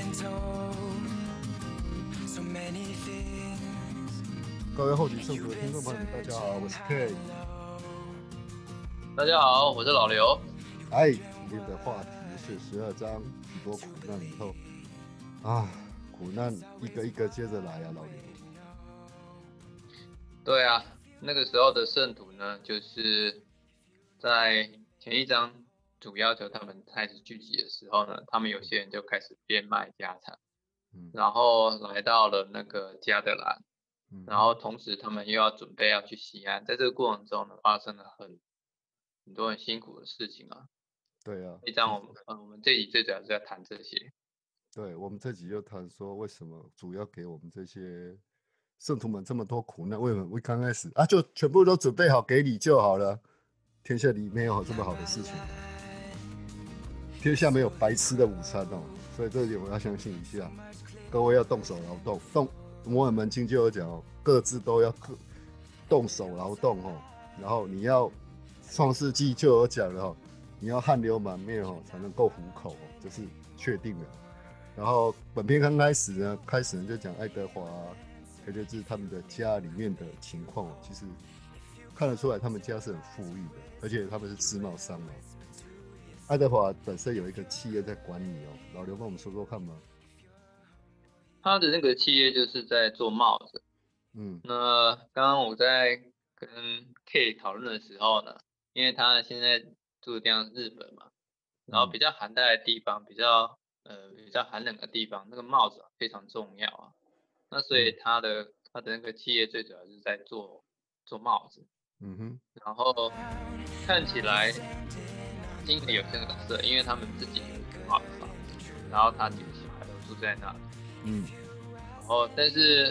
各位后期圣徒的听众朋友们，大家好，我是 K。 大家好，我是老刘。 今天的话题是12章，许多苦难以后苦难一个一个接着来啊，老刘。 对啊，那个时候的圣徒呢，就是在前一章主要求他们开始聚集的时候呢，他们有些人就开始变卖家产，然后来到了那个加德兰，然后同时他们又要准备要去西安，在这个过程中呢，发生了很多很辛苦的事情啊。 对啊， 这一章我们这集最主要是在谈这些。 对，我们这集就谈说为什么主要给我们这些圣徒们这么多苦难？为什么我刚开始就全部都准备好给你就好了？天下里没有这么好的事情，天下没有白吃的午餐哦。所以这里我要相信一下，各位要动手劳动。摩尔门经就有讲各自都要动手劳动哦。然后你要创世纪就有讲了你要汗流满面才能够糊口这是确定的。然后本片刚开始呢就讲爱德华也就是他们的家里面的情况其实看得出来他们家是很富裕的，而且他们是自贸商爱德华本身有一个企业在管理老刘帮我们说说看吗？ 他的那个企业就是在做帽子。那刚刚我在跟 K 讨论的时候呢，因为他现在住的地方是日本嘛，然后比较寒带的地方，比较寒冷的地方，那个帽子非常重要啊。那所以他的那个企业最主要是在做帽子。然后看起来经理有些特色，因为他们自己有一个帽子房，然后他几个小孩都住在那里。然后但是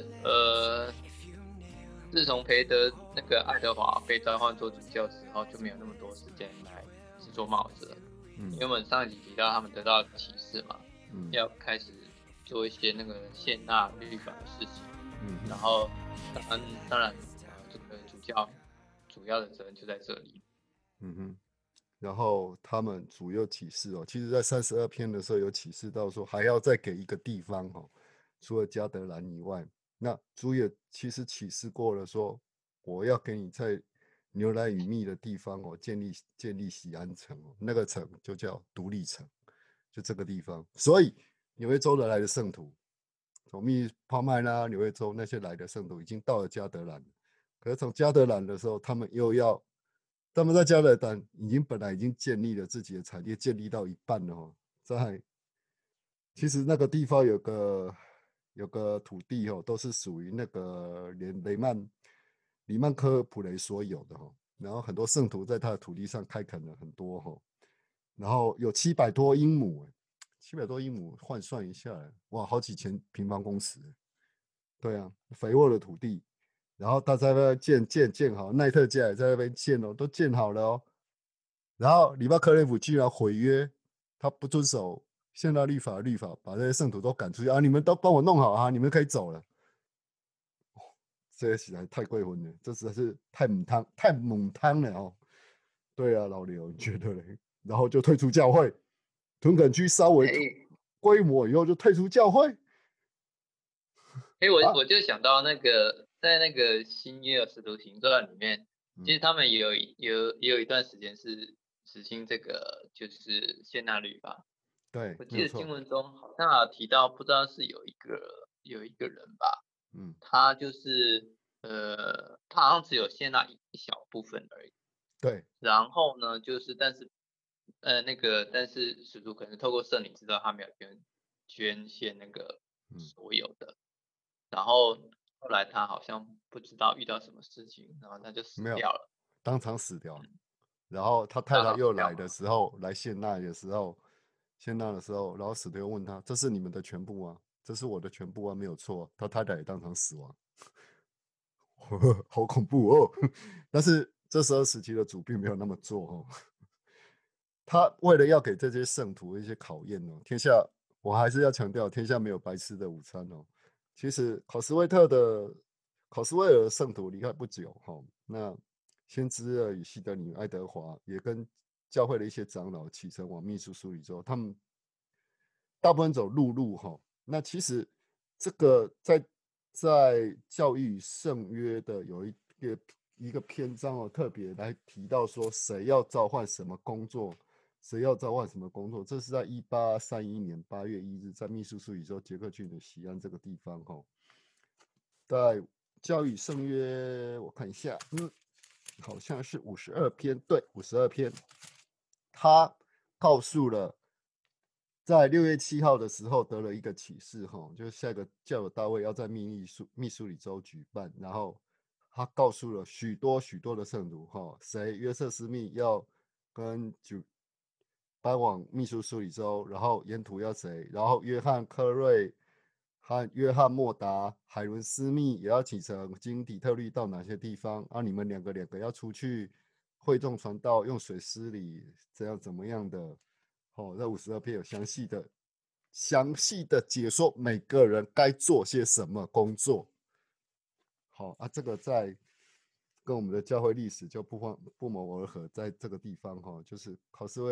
自从培德那个爱德华被召唤做主教之后，就没有那么多时间来制作帽子了。因为我们上一集提到他们得到启示嘛，要开始做一些那个献纳律法的事情。然后当然这个主教主要的责任就在这里。 然后他们主有启示其实在32篇的时候有启示到说还要再给一个地方除了加德兰以外，那主也其实启示过了说我要给你在牛奶与蜜的地方建立锡安城那个城就叫独立城，就这个地方。所以纽约州的来的圣徒从密帕麦拉纽约州那些来的圣徒已经到了加德兰，可是从加德兰的时候他们在加德兰本来已经建立了自己的产业，建立到一半了其实那个地方有个土地都是属于那个里曼科普雷所有的然后很多圣徒在他的土地上开垦了很多然后有700多英亩，700多英亩换算一下哇，好几千平方公尺，对啊，肥沃的土地。然后他在那边建好，奈特家也在那边建都建好了然后里巴克雷夫居然毁约，他不遵守现代律法的律法，把这些圣徒都赶出去你们都帮我弄好你们可以走了。这些实在太过分了，这实在是太母汤了对啊，老刘，你觉得嘞？然后就退出教会，屯垦区稍微规模以后就退出教会。 我就想到那个在那个新约使徒行传里面，其实他们也有一段时间是实行这个就是献纳律法。 对， 我记得经文中好像有提到，不知道是有一个人吧，他就是他好像只有献纳一小部分而已。 对， 然后呢，就是但是使徒可能透过圣灵知道他没有捐献那个所有的。然后后来他好像不知道遇到什么事情，然后他就死掉了， 当场死掉。然后他太太又来的时候，来献纳的时候，然后使徒又问他：“这是你们的全部吗？这是我的全部啊，没有错。”他太太也当场死亡，好恐怖但是这时候时期的主并没有那么做他为了要给这些圣徒一些考验天下我还是要强调，天下没有白吃的午餐其实考斯威尔的圣徒离开不久那先知与西德尼爱德华也跟教会的一些长老启程往秘书梳理之后，他们大部分走陆路那其实这个在教育圣约的有一个篇章哦，特别来提到说谁要召唤什么工作，谁要召唤什么工作。这是在1831年8月1日，在密苏里州杰克郡的西安这个地方哦，在教育圣约，我看一下，好像是52篇，对，52篇，他告诉了。在6月7号的时候得了一个启示，就是下一个教友大会要在密苏里州举办，然后他告诉了许多的圣徒，谁约瑟斯密要搬往密苏里州，然后沿途要谁，然后约翰科瑞和约翰莫达、海伦斯密也要启程经底特律到哪些地方，你们两个要出去会众传道，用水施礼，怎么样的。这52篇有详细的解说每个人该做些什么工作。这个在跟我们的教会历史就不谋而合，在这个地方就是考斯威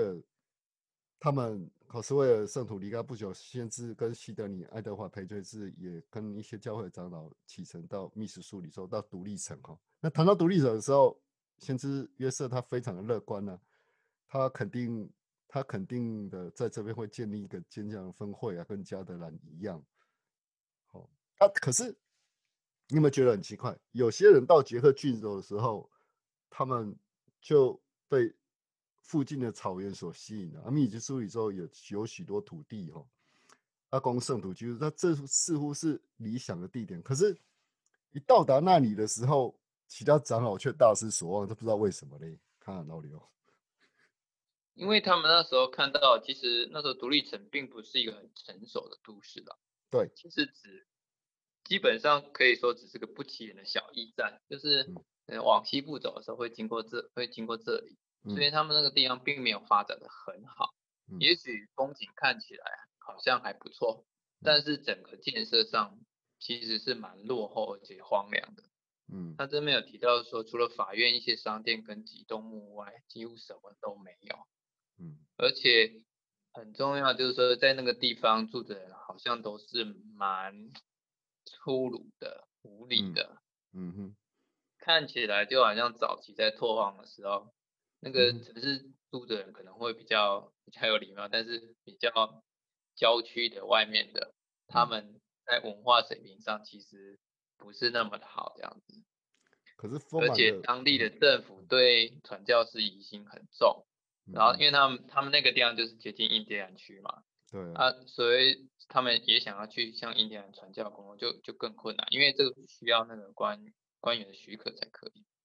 尔圣徒离开不久，先知跟西德尼、爱德华培追志也跟一些教会长老启程到密苏里州到独立城那谈到独立城的时候，先知约瑟他非常的乐观呢，他肯定的在这边会建立一个坚强的分会跟加德兰一样。可是你有没有觉得很奇怪？有些人到杰克郡州的时候，他们就被附近的草原所吸引了。密苏里州有许多土地供圣徒居住，这似乎是理想的地点。可是，一到达那里的时候，其他长老却大失所望，都不知道为什么嘞。看老刘。 因为他们那时候看到，其实那时候独立城并不是一个很成熟的都市了。 对， 其实基本上可以说只是个不起眼的小驿站，就是往西部走的时候会经过这里，所以他们那个地方并没有发展的很好。也许风景看起来好像还不错，但是整个建设上其实是蛮落后而且荒凉的。他这边有提到说，除了法院、一些商店跟几栋木屋外，几乎什么都没有。而且很重要就是说，在那个地方住的人好像都是蛮粗鲁的、无理的。看起来就好像早期在拓荒的时候，那个城市住的人可能会比较有礼貌，但是比较郊区的外面的，他们在文化水平上其实不是那么的好，这样子。 可是而且当地的政府对传教士疑心很重，然后因为他们那个地方就是接近印第安区嘛， 对所以他们也想要去向印第安传教工作就更困难，因为这个需要那个官员的许可才可以。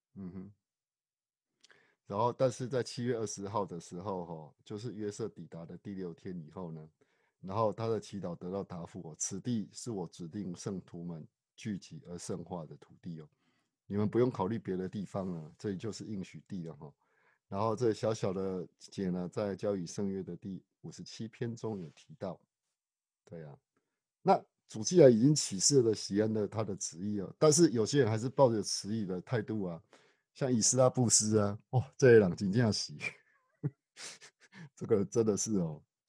然后，但是在7月20号的时候，就是约瑟抵达的第6天以后呢，然后他的祈祷得到答复此地是我指定圣徒们聚集而圣化的土地你们不用考虑别的地方了，这里就是应许地了然后这小小的节呢，在教与圣约的第57篇中有提到，对啊，那主既然已经启示了喜安的他的旨意但是有些人还是抱着迟疑的态度像以斯拉布斯这一两真这样洗，这个真的是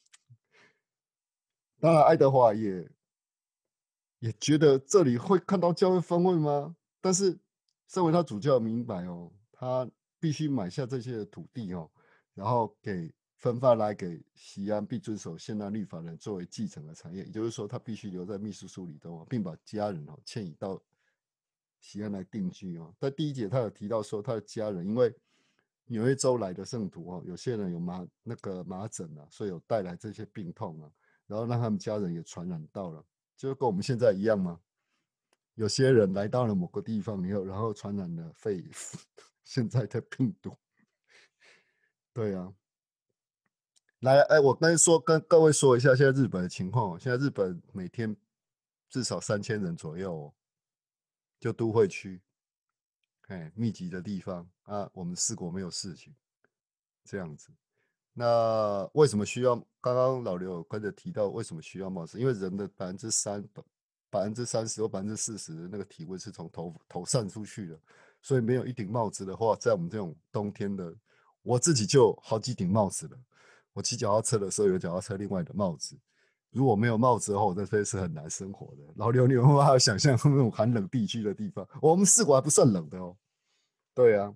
当然爱德华也觉得这里会看到教会分会吗？但是身为他主教明白他必须买下这些土地然后分发来给西安必遵守现代律法人作为继承的产业，也就是说他必须留在密苏里州并把家人迁移到西安来定居在第1节他有提到说他的家人因为纽约州来的圣徒有些人有麻疹所以有带来这些病痛然后让他们家人也传染到了，就跟我们现在一样吗？有些人来到了某个地方以后，然后传染了肺现在的病毒。对啊，来，我跟各位说一下现在日本的情况现在日本每天至少3000人左右就都会区密集的地方我们4国没有事情这样子。那为什么需要？刚刚老刘有跟着提到为什么需要帽子？因为人的30%或40%的那个体温是从头散出去的，所以没有一顶帽子的话，在我们这种冬天的，我自己就好几顶帽子了。我骑脚踏车的时候有脚踏车另外的帽子， 如果没有帽子的话，我在这边是很难生活的。老刘，你有没有办法想象那种寒冷地区的地方？我们四国还不算冷的哦。对啊，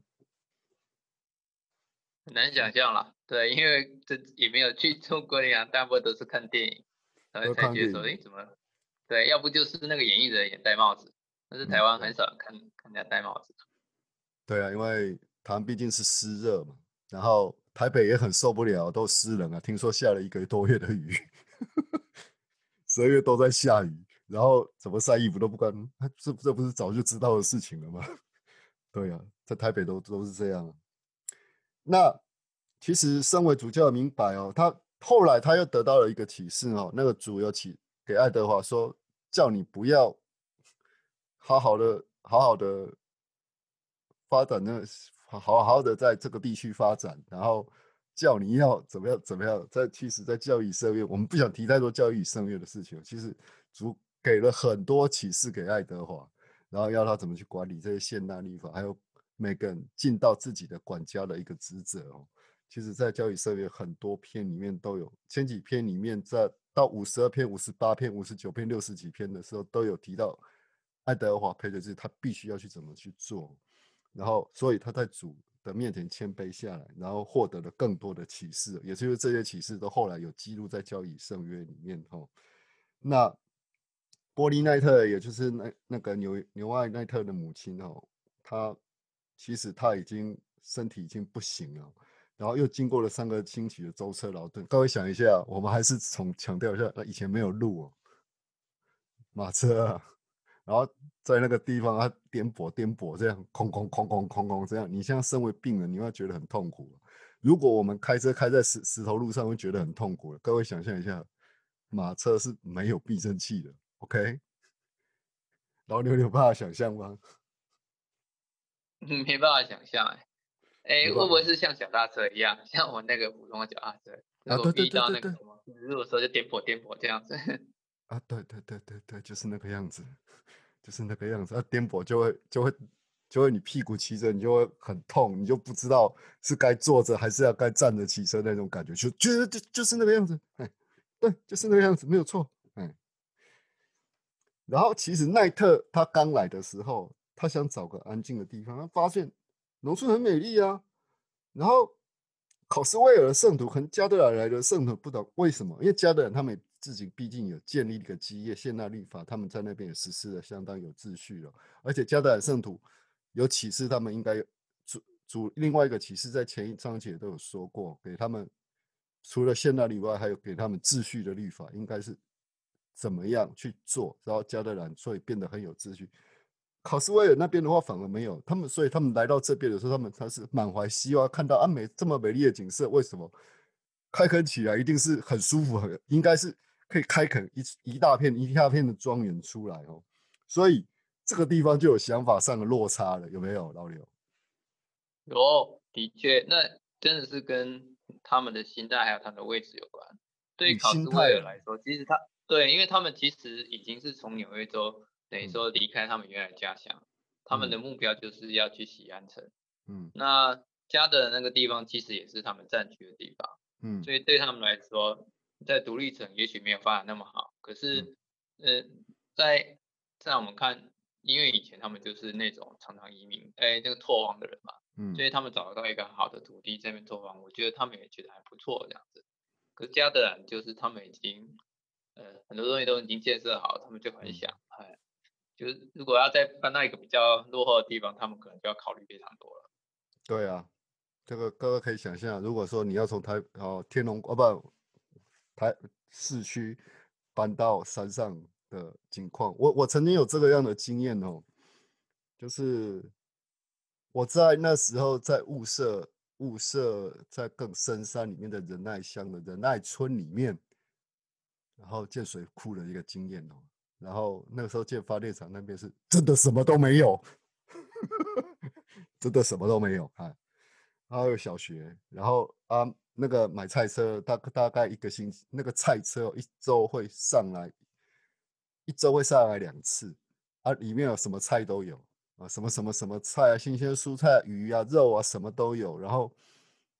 很难想象啦。对，因为这也没有去做过呀，大部分都是看电影，然后都才觉得说， 看电影。 哎，怎么？对，要不就是那个演艺人也戴帽子，但是台湾对很少看人家戴帽子。 对啊，因为台湾毕竟是湿热嘛，然后台北也很受不了，都湿冷啊。听说下了1个多月的雨，12月都在下雨，然后怎么晒衣服都不干，这不是早就知道的事情了吗？对啊，在台北都是这样啊。那其实身为主教明白哦，他后来他又得到了一个启示哦，那个主有给爱德华说，叫你不要好好的发展好好的在这个地区发展，然后叫你要怎么样，其实，在教育圣乐，我们不想提太多教育圣乐的事情。其实主给了很多启示给爱德华，然后要他怎么去管理这些现代律法，还有每个人尽到自己的管家的一个职责哦。其实，在教育圣乐很多篇里面都有，前几篇里面到52篇、58篇、59篇、60几篇的时候，都有提到爱德华培的是他必须要去怎么去做。然后所以他在主的面前谦卑下来，然后获得了更多的启示，也就是这些启示都后来有记录在教义圣约里面哈。那波利奈特，也就是那个纽埃奈特的母亲哦，她其实她已经身体已经不行了，然后又经过了3个星期的舟车劳顿。各位想一下，我们还是强调一下，以前没有路哦，马车啊，然后在那个地方它颠簸这样，空这样，你现在身为病人，你会觉得很痛苦。如果我们开车开在石头路上，会觉得很痛苦。各位想象一下，马车是没有避震器的，OK？然后你有办法想象吗？ 没办法想象会不没办法会是像脚踏车一样，像我那个普通的脚踏车，如啊！对对果遇到对对对那个什么路的时候就颠簸这样子。 啊！对对对对对，就是那个样子，就是那个样子。颠簸就会你屁股骑着，你就会很痛，你就不知道是该坐着还是要该站着骑车那种感觉，就是那个样子。哎，对，就是那个样子，没有错。哎，然后其实奈特他刚来的时候，他想找个安静的地方，他发现农村很美丽啊。然后考斯威尔的圣徒和加德兰来的圣徒不懂为什么，因为加德兰他们自己毕竟有建立一个基业，现代律法，他们在那边也实施的相当有秩序了。而且加德兰圣徒有启示，他们应该另外一个启示，在前一章节都有说过，给他们除了现代以外，还有给他们秩序的律法，应该是怎么样去做，然后加德兰所以变得很有秩序。考斯威尔那边的话反而没有，所以他们来到这边的时候，他是满怀希望，看到这么美丽的景色，为什么开垦起来一定是很舒服，应该是可以开垦一大片的庄园出来哦，所以这个地方就有想法上的落差了，有没有老刘？ 有，的确，那真的是跟他们的心态还有他们的位置有关。对于考斯威心态了， 尔来说，其实对，因为他们其实已经是从纽约州等于说离开他们原来的家乡，他们的目标就是要去锡安城。那加的那个地方其实也是他们占据的地方，所以对他们来说，在独立城也许没有发展那么好，可是，在我们看，因为以前他们就是那种常常移民，这个拓荒的人嘛。所以他们找得到一个好的土地这边拓荒，我觉得他们也觉得还不错这样子。可是加德兰就是他们已经很多东西都已经建设好，他们就很想就是如果要再搬到一个比较落后的地方，他们可能就要考虑非常多了。 对啊，这个各位可以想象，如果说你要从天龙不台市区搬到山上的景况，我曾经有这个样的经验哦，就是我在那时候在雾社在更深山里面的仁爱乡的仁爱村里面，然后建水库的一个经验哦，然后那个时候建发电厂那边是真的什么都没有，真的什么都没有啊。还有小学，然后那个买菜车大概1个星期，那个菜车一周会上来2次，里面有什么菜都有啊，什么菜啊，新鲜蔬菜、鱼啊、肉啊，什么都有。然后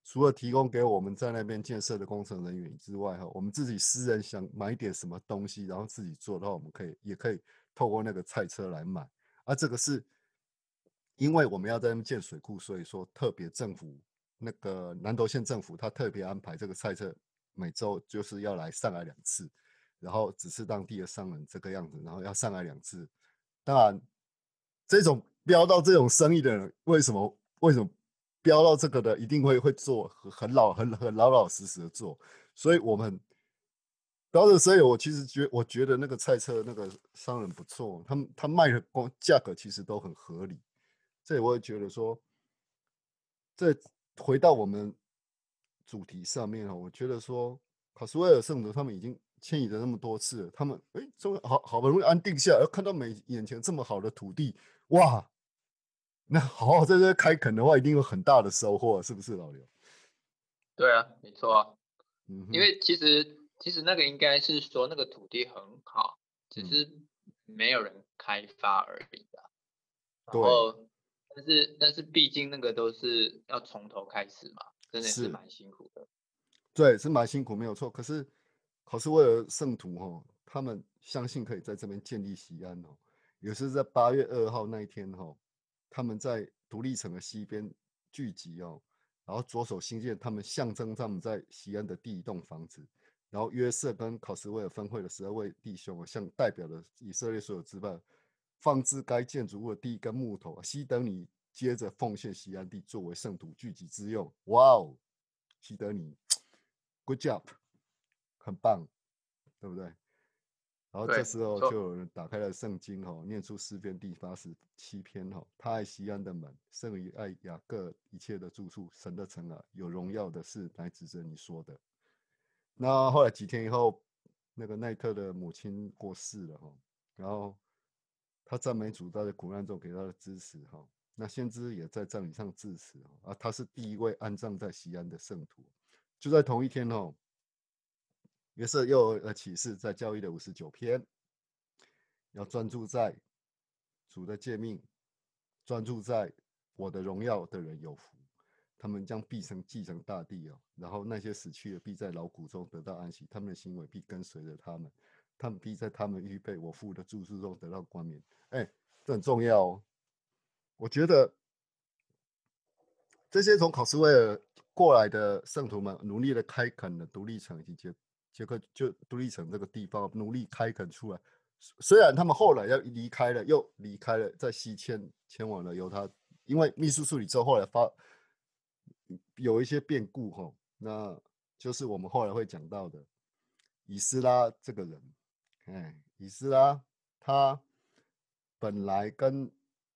除了提供给我们在那边建设的工程人员之外，我们自己私人想买一点什么东西，然后自己做的话，我们也可以透过那个菜车来买。这个是因为我们要在那边建水库，所以说特别政府那个南投县政府他特别安排这个菜车每周就是要上来2次，然后只是当地的商人这个样子，然后要上来2次。当然，这种标到这种生意的人，为什么标到这个的一定会做很老老实实的做？所以我们标的所以我其实我觉得那个菜车那个商人不错，他卖的价格其实都很合理。这我也觉得说，这回到我们主题上面我觉得说卡斯威尔圣徒他们已经迁移了那么多次了，他们终于好不容易安定下来，看到眼前这么好的土地，哇！那好好在这开垦的话，一定有很大的收获，是不是老刘？ 对啊，没错啊。因为其实那个应该是说那个土地很好，只是没有人开发而已啊。然后，但是毕竟那个都是要从头开始嘛，真的是蛮辛苦的。 对，是蛮辛苦，没有错。可是考试为了圣徒他们相信可以在这边建立西安也是在8月2号那一天他们在独立城的西边聚集然后着手兴建他们象征他们在西安的第一栋房子。然后约瑟跟考斯威尔分会的12位弟兄向代表了以色列所有支派，放置该建筑物的第一根木头西德尼接着奉献西安地作为圣徒聚集之用。哇哦，西德尼 ，Good job， 很棒，对不对？然后这时候就有人打开了圣经念出诗篇第87篇他爱西安的门，胜于爱雅各一切的住处。神的城啊，有荣耀的事乃指着你说的。那后来几天以后，那个奈特的母亲过世了然后他赞美主，在苦难中给他的支持那先知也在葬礼上致辞他是第一位安葬在西安的圣徒。就在同一天约瑟又有启示，在教义的59篇，要专注在主的诫命，专注在我的荣耀的人有福，他们将必继承大地然后那些死去的必在劳苦中得到安息，他们的行为必跟随着他们，他们必在他们预备我父的住处中得到冠冕。这很重要我觉得这些从考斯威尔过来的圣徒们努力的开垦了独立城以及捷克就独立城这个地方，努力开垦出来。虽然他们后来又离开了，在西迁往了犹他，因为密苏苏里州后来有一些变故那就是我们后来会讲到的以斯拉这个人。以斯拉他本来跟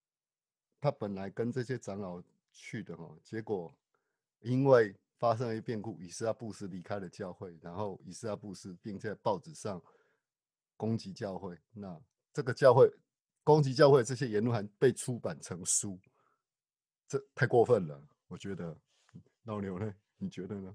这些长老去的结果因为发生了一变故，以斯拉布斯离开了教会，然后以斯拉布斯并在报纸上攻击教会。那这个攻击教会这些言论还被出版成书，这太过分了，我觉得。老刘呢？你觉得呢？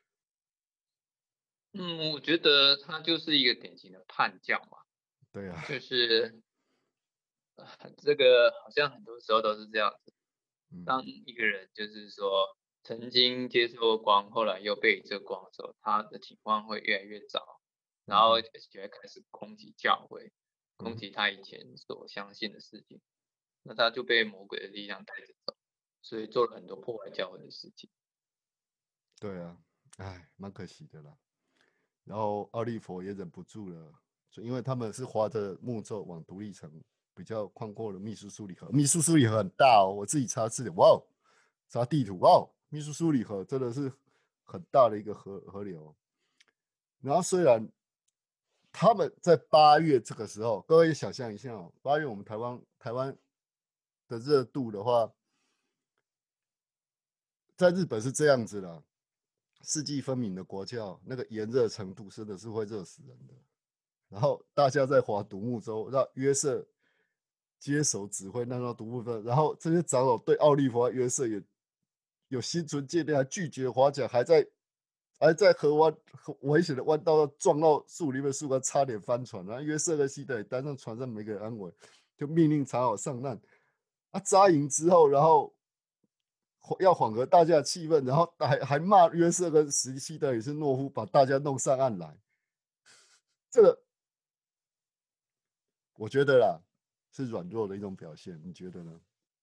我觉得他就是一个典型的叛教嘛。 对啊， 就是这个好像很多时候都是这样子。当一个人就是说曾经接受光，后来又被这光的时候，他的情况会越来越糟，然后就会开始攻击教会，攻击他以前所相信的事情，那他就被魔鬼的力量带着走，所以做了很多破坏教会的事情。 对啊，蛮可惜的啦。然后奥利佛也忍不住了，就因为他们是划着木舟往独立城比较宽阔的密苏苏里河，密苏苏里河很大我自己查字典，哇查地图，哇密苏苏里河真的是很大的一个河流。然后虽然他们在8月这个时候，各位想象一下8月我们台湾的热度的话，在日本是这样子的，四季分明的国家，那个炎热程度真的是会热死人的。然后大家在划独木舟，让约瑟接手指挥那艘独木舟，然后这些长老对奥利弗约瑟也有心存戒备，还拒绝划桨，还在危险的弯道撞到树林的树干，差点翻船。然后约瑟跟西德也担上船上每个人安危，就命令长老上岸。扎营之后，然后要缓和大家的气氛，然后还骂约瑟跟实西德也是懦夫，把大家弄上岸来。这个我觉得啦，是软弱的一种表现，你觉得呢？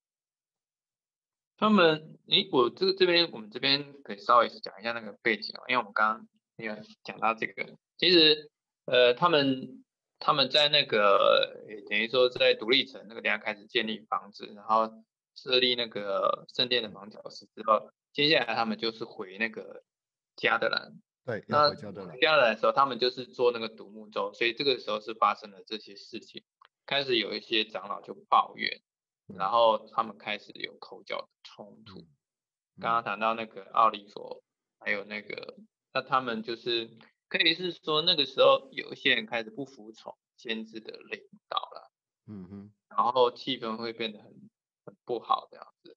他们，我我们这边可以稍微讲一下那个背景因为我们刚刚没有讲到这个。其实，他们在那个等于说在独立城那个地方开始建立房子，然后设立那个圣殿的防角石之后，接下来他们就是回那个加德兰。 对，要那回加德兰。 加德兰的时候，他们就是做那个独木舟，所以这个时候是发生了这些事情，开始有一些长老就抱怨。然后他们开始有口角的冲突。刚刚谈到那个奥利佛，还有那个，那他们就是可以是说那个时候有一些人开始不服从先知的领导了，然后气氛会变得很不好这样子。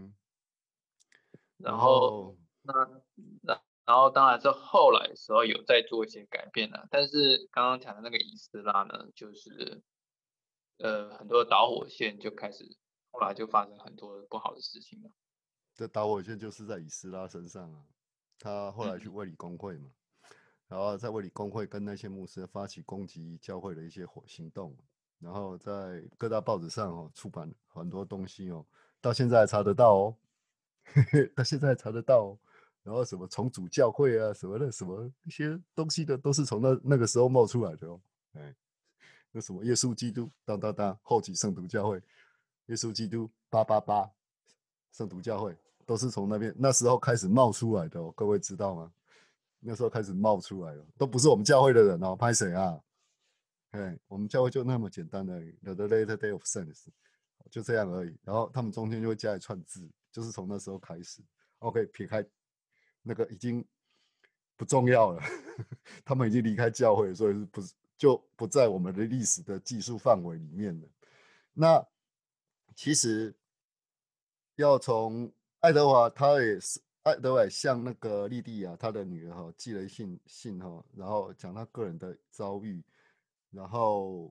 然后然后当然是后来的时候有在做一些改变了，但是刚刚讲的那个以斯拉呢，就是很多导火线就开始，后来就发生很多不好的事情了。 这导火线就是在以斯拉身上啊，他后来去卫理公会嘛，然后在卫理公会跟那些牧师发起攻击教会的一些行动，然后在各大报纸上出版很多东西到现在还查得到到现在还查得到然后什么重组教会啊什么的，什么一些东西的都是从那个时候冒出来的那什么耶稣基督当后期圣徒教会，耶稣基督888圣徒教会都是从那时候开始冒出来的各位知道吗？那时候开始冒出来了，都不是我们教会的人拍谁啊？我们教会就那么简单而已 ，The Latter Day of Saints 就这样而已。然后他们中间就会加一串字，就是从那时候开始。OK，撇开那个已经不重要了，他们已经离开教会，所以就不在我们的历史的技术范围里面了。那其实要从爱德华，他也是爱德华向那个莉蒂亚他的女儿寄了信然后讲他个人的遭遇，然后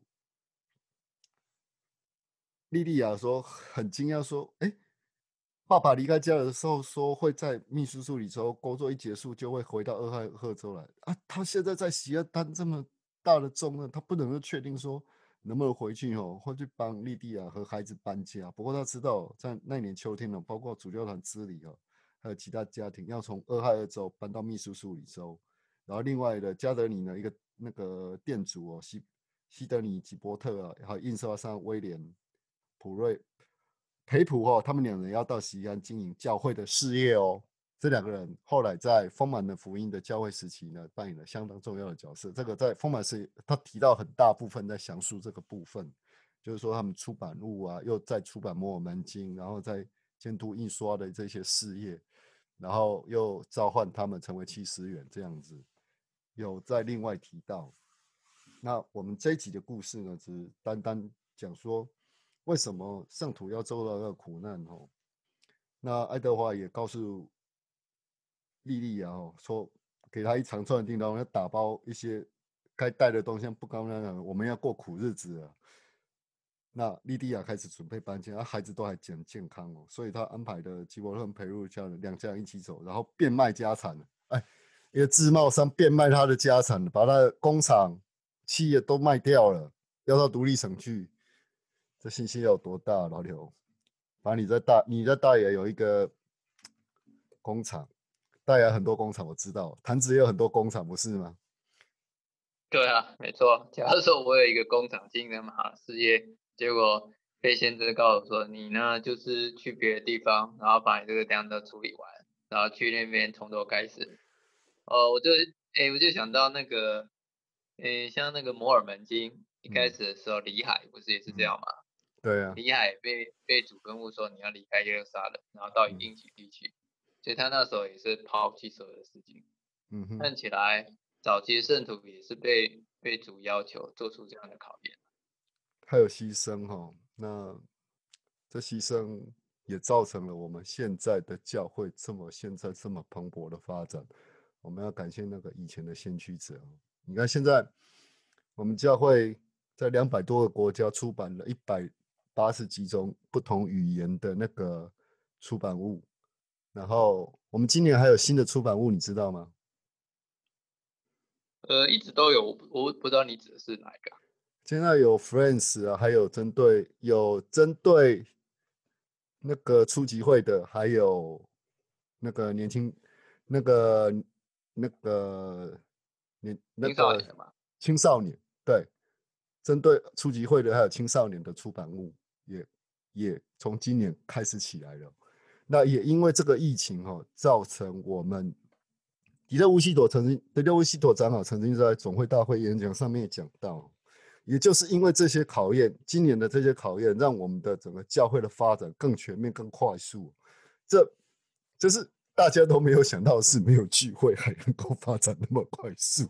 莉莉亚说很惊讶说，爸爸离开家的时候说会在密苏里州工作一结束就会回到俄亥俄州来啊，他现在在西尔担这么大的重任，他不能够确定说能不能回去会去帮莉蒂亚和孩子搬家。不过他知道在那年秋天包括主教团之礼还有其他家庭要从俄亥俄州搬到密苏里州，然后另外的加德里呢一个那个店主西德尼吉伯特还有印刷商威廉培普他们两人要到西安经营教会的事业这两个人后来在丰满的福音的教会时期呢，扮演了相当重要的角色。这个在丰满时，他提到很大部分在详述这个部分，就是说他们出版物又在出版摩尔门经，然后在监督印刷的这些事业，然后又召唤他们成为七十员这样子，有在另外提到。那我们这一集的故事呢，只单单讲说为什么圣徒要受到那个苦难那爱德华也告诉莉莉亚说给他一长串的叮当，要打包一些该带的东西，不高那我们要过苦日子了。那莉莉亚开始准备搬家，孩子都还很健康所以他安排的吉伯特培路家人两家人一起走，然后变卖家产一个制贸商变卖他的家产，把他的工厂、企业都卖掉了，要到独立省去。这信息有多大，老刘？反正你在大野有一个工厂，大野很多工厂我知道，潭子也有很多工厂，不是吗？ 对啊，没错。假如说我有一个工厂经营好事业，结果被先知告诉说你呢就是去别的地方，然后把你这个量都处理完，然后去那边从头开始。我就想到那个，像那个摩尔门经一开始的时候，李海不是也是这样吗？ 对啊。 李海被主吩咐说你要离开耶路撒冷，然后到一定几地去，所以他那时候也是抛弃所有的事情。看起来早期圣徒也是被主要求做出这样的考验， 还有牺牲那这牺牲也造成了我们现在的教会现在这么蓬勃的发展。我们要感谢那个以前的先驱者你看现在我们教会在200多个国家出版了180几种不同语言的那个出版物， 然后我们今年还有新的出版物，你知道吗？ 一直都有，我不知道你指的是哪一个。 现在有 Friends 啊，还有针对那个初级会的，还有那个年轻那个那个那青少个年的嘛。 青少年，对，针对初级会的还有青少年的出版物也从今年开始起来了。那也因为这个疫情造成我们迪特乌西朵长老曾经在总会大会演讲上面讲到，也就是因为这些考验，今年的这些考验，让我们的整个教会的发展更全面、更快速。这是大家都没有想到的是，没有聚会还能够发展那么快速。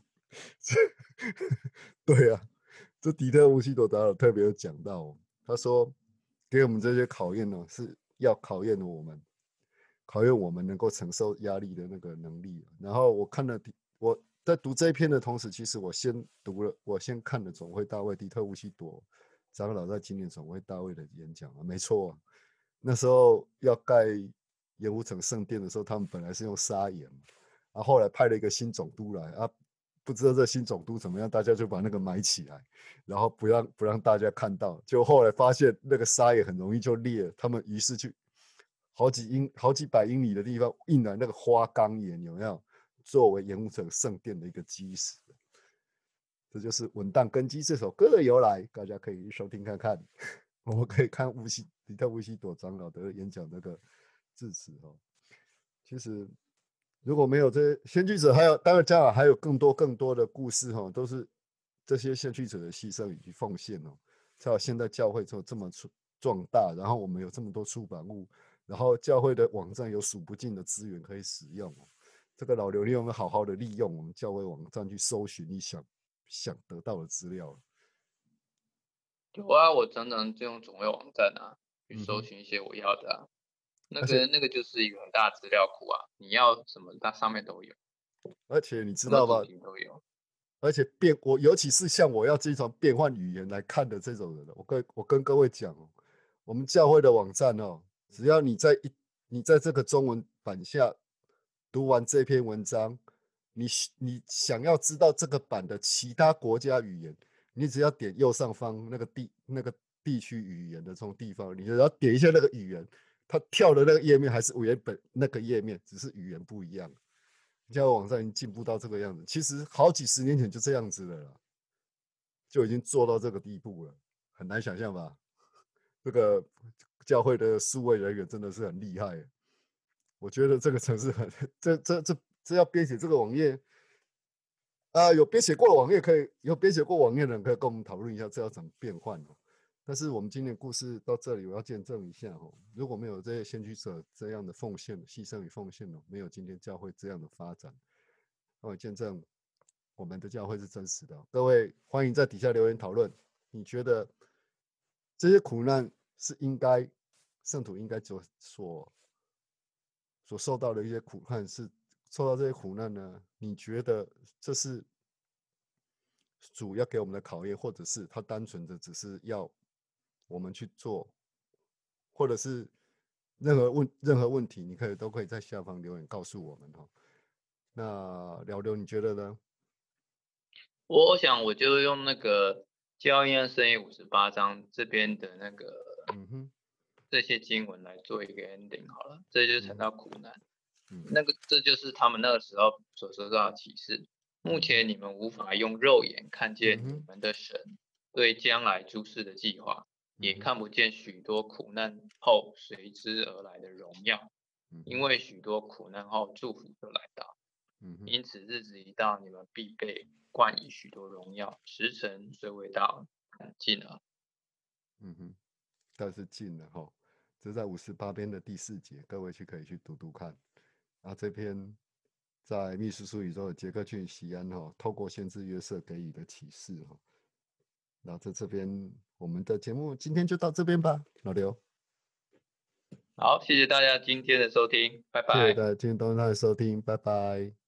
对啊，这迪特乌西朵长老特别有讲到，他说给我们这些考验呢，是要考验我们能够承受压力的那个能力。然后我在读这一篇的同时，其实我先看了总会大卫迪特乌西朵长老在今年总会大卫的演讲啊，没错啊，那时候要盖盐湖城圣殿的时候，他们本来是用砂岩，然后后来派了一个新总督来啊，不知道这新总督怎么样，大家就把那个埋起来，然后不让大家看到，就后来发现那个砂也很容易就裂了，他们于是去好几百英里的地方印了那个花岗岩，有没有？作为盐湖城圣殿的一个基石。这就是《稳当根基》这首歌的由来，大家可以收听看看。我们可以看迪特乌西朵长老的演讲那个致辞哦。其实如果没有这些先驱者，当然将来还有更多的故事哈，都是这些先驱者的牺牲以及奉献哦，才有现在教会这么壮大，然后我们有这么多出版物，然后教会的网站有数不尽的资源可以使用哦。这个老刘，你有没有好好的利用我们教会网站去搜寻你想得到的资料？ 有啊，我常常就用总会网站啊去搜寻一些我要的啊。那个就是一个很大的资料库啊，你要什么它上面都有， 而且你知什么主道吗？ 题都有。 而且尤其是像我要经常变换语言来看的这种人，我跟各位讲哦，我们教会的网站哦，只要你在这个中文版下读完这篇文章，你想要知道这个版的其他国家语言，你只要点右上方那个地区语言的这种地方，你只要点一下那个语言，它跳的那个页面还是原本那个页面，只是语言不一样。现在网站已经进步到这个样子，其实好几十年前就这样子了啦，就已经做到这个地步了，很难想象吧？这个教会的数位人员真的是很厉害，我觉得这个城市很这要编写这个网页啊，有编写过网页的人可以跟我们讨论一下，这要怎么变换哦。但是我们今天故事到这里，我要见证一下哦，如果没有这些先驱者这样的奉献、牺牲与奉献哦，没有今天教会这样的发展，那我见证我们的教会是真实的哦。各位欢迎在底下留言讨论，你觉得这些苦难是圣徒应该所受到的一些苦难是受到这些苦难呢？你觉得这是主要给我们的考验，或者是他单纯的只是要我们去做，或者是任何问题，你都可以在下方留言告诉我们哦。那辽流你觉得呢？ 我想我就用那个教义和圣约58章这边的那个这些经文来做一个 ending 好了，这就谈到苦难。这就是他们那个时候所收到的启示。目前你们无法用肉眼看见你们的神对将来诸事的计划，也看不见许多苦难后随之而来的荣耀，因为许多苦难后祝福就来到。因此日子一到，你们必被冠以许多荣耀，时辰虽未到，近了。 但是近了哈，这在58篇的第4节，各位可以去读读看。然后这篇在秘书书宇宙的杰克逊西安哈，透过先知约瑟给予的启示哈。那在这边，我们的节目今天就到这边吧，老刘。 好，谢谢大家今天的收听，拜拜。 谢谢大家今天的收听，拜拜。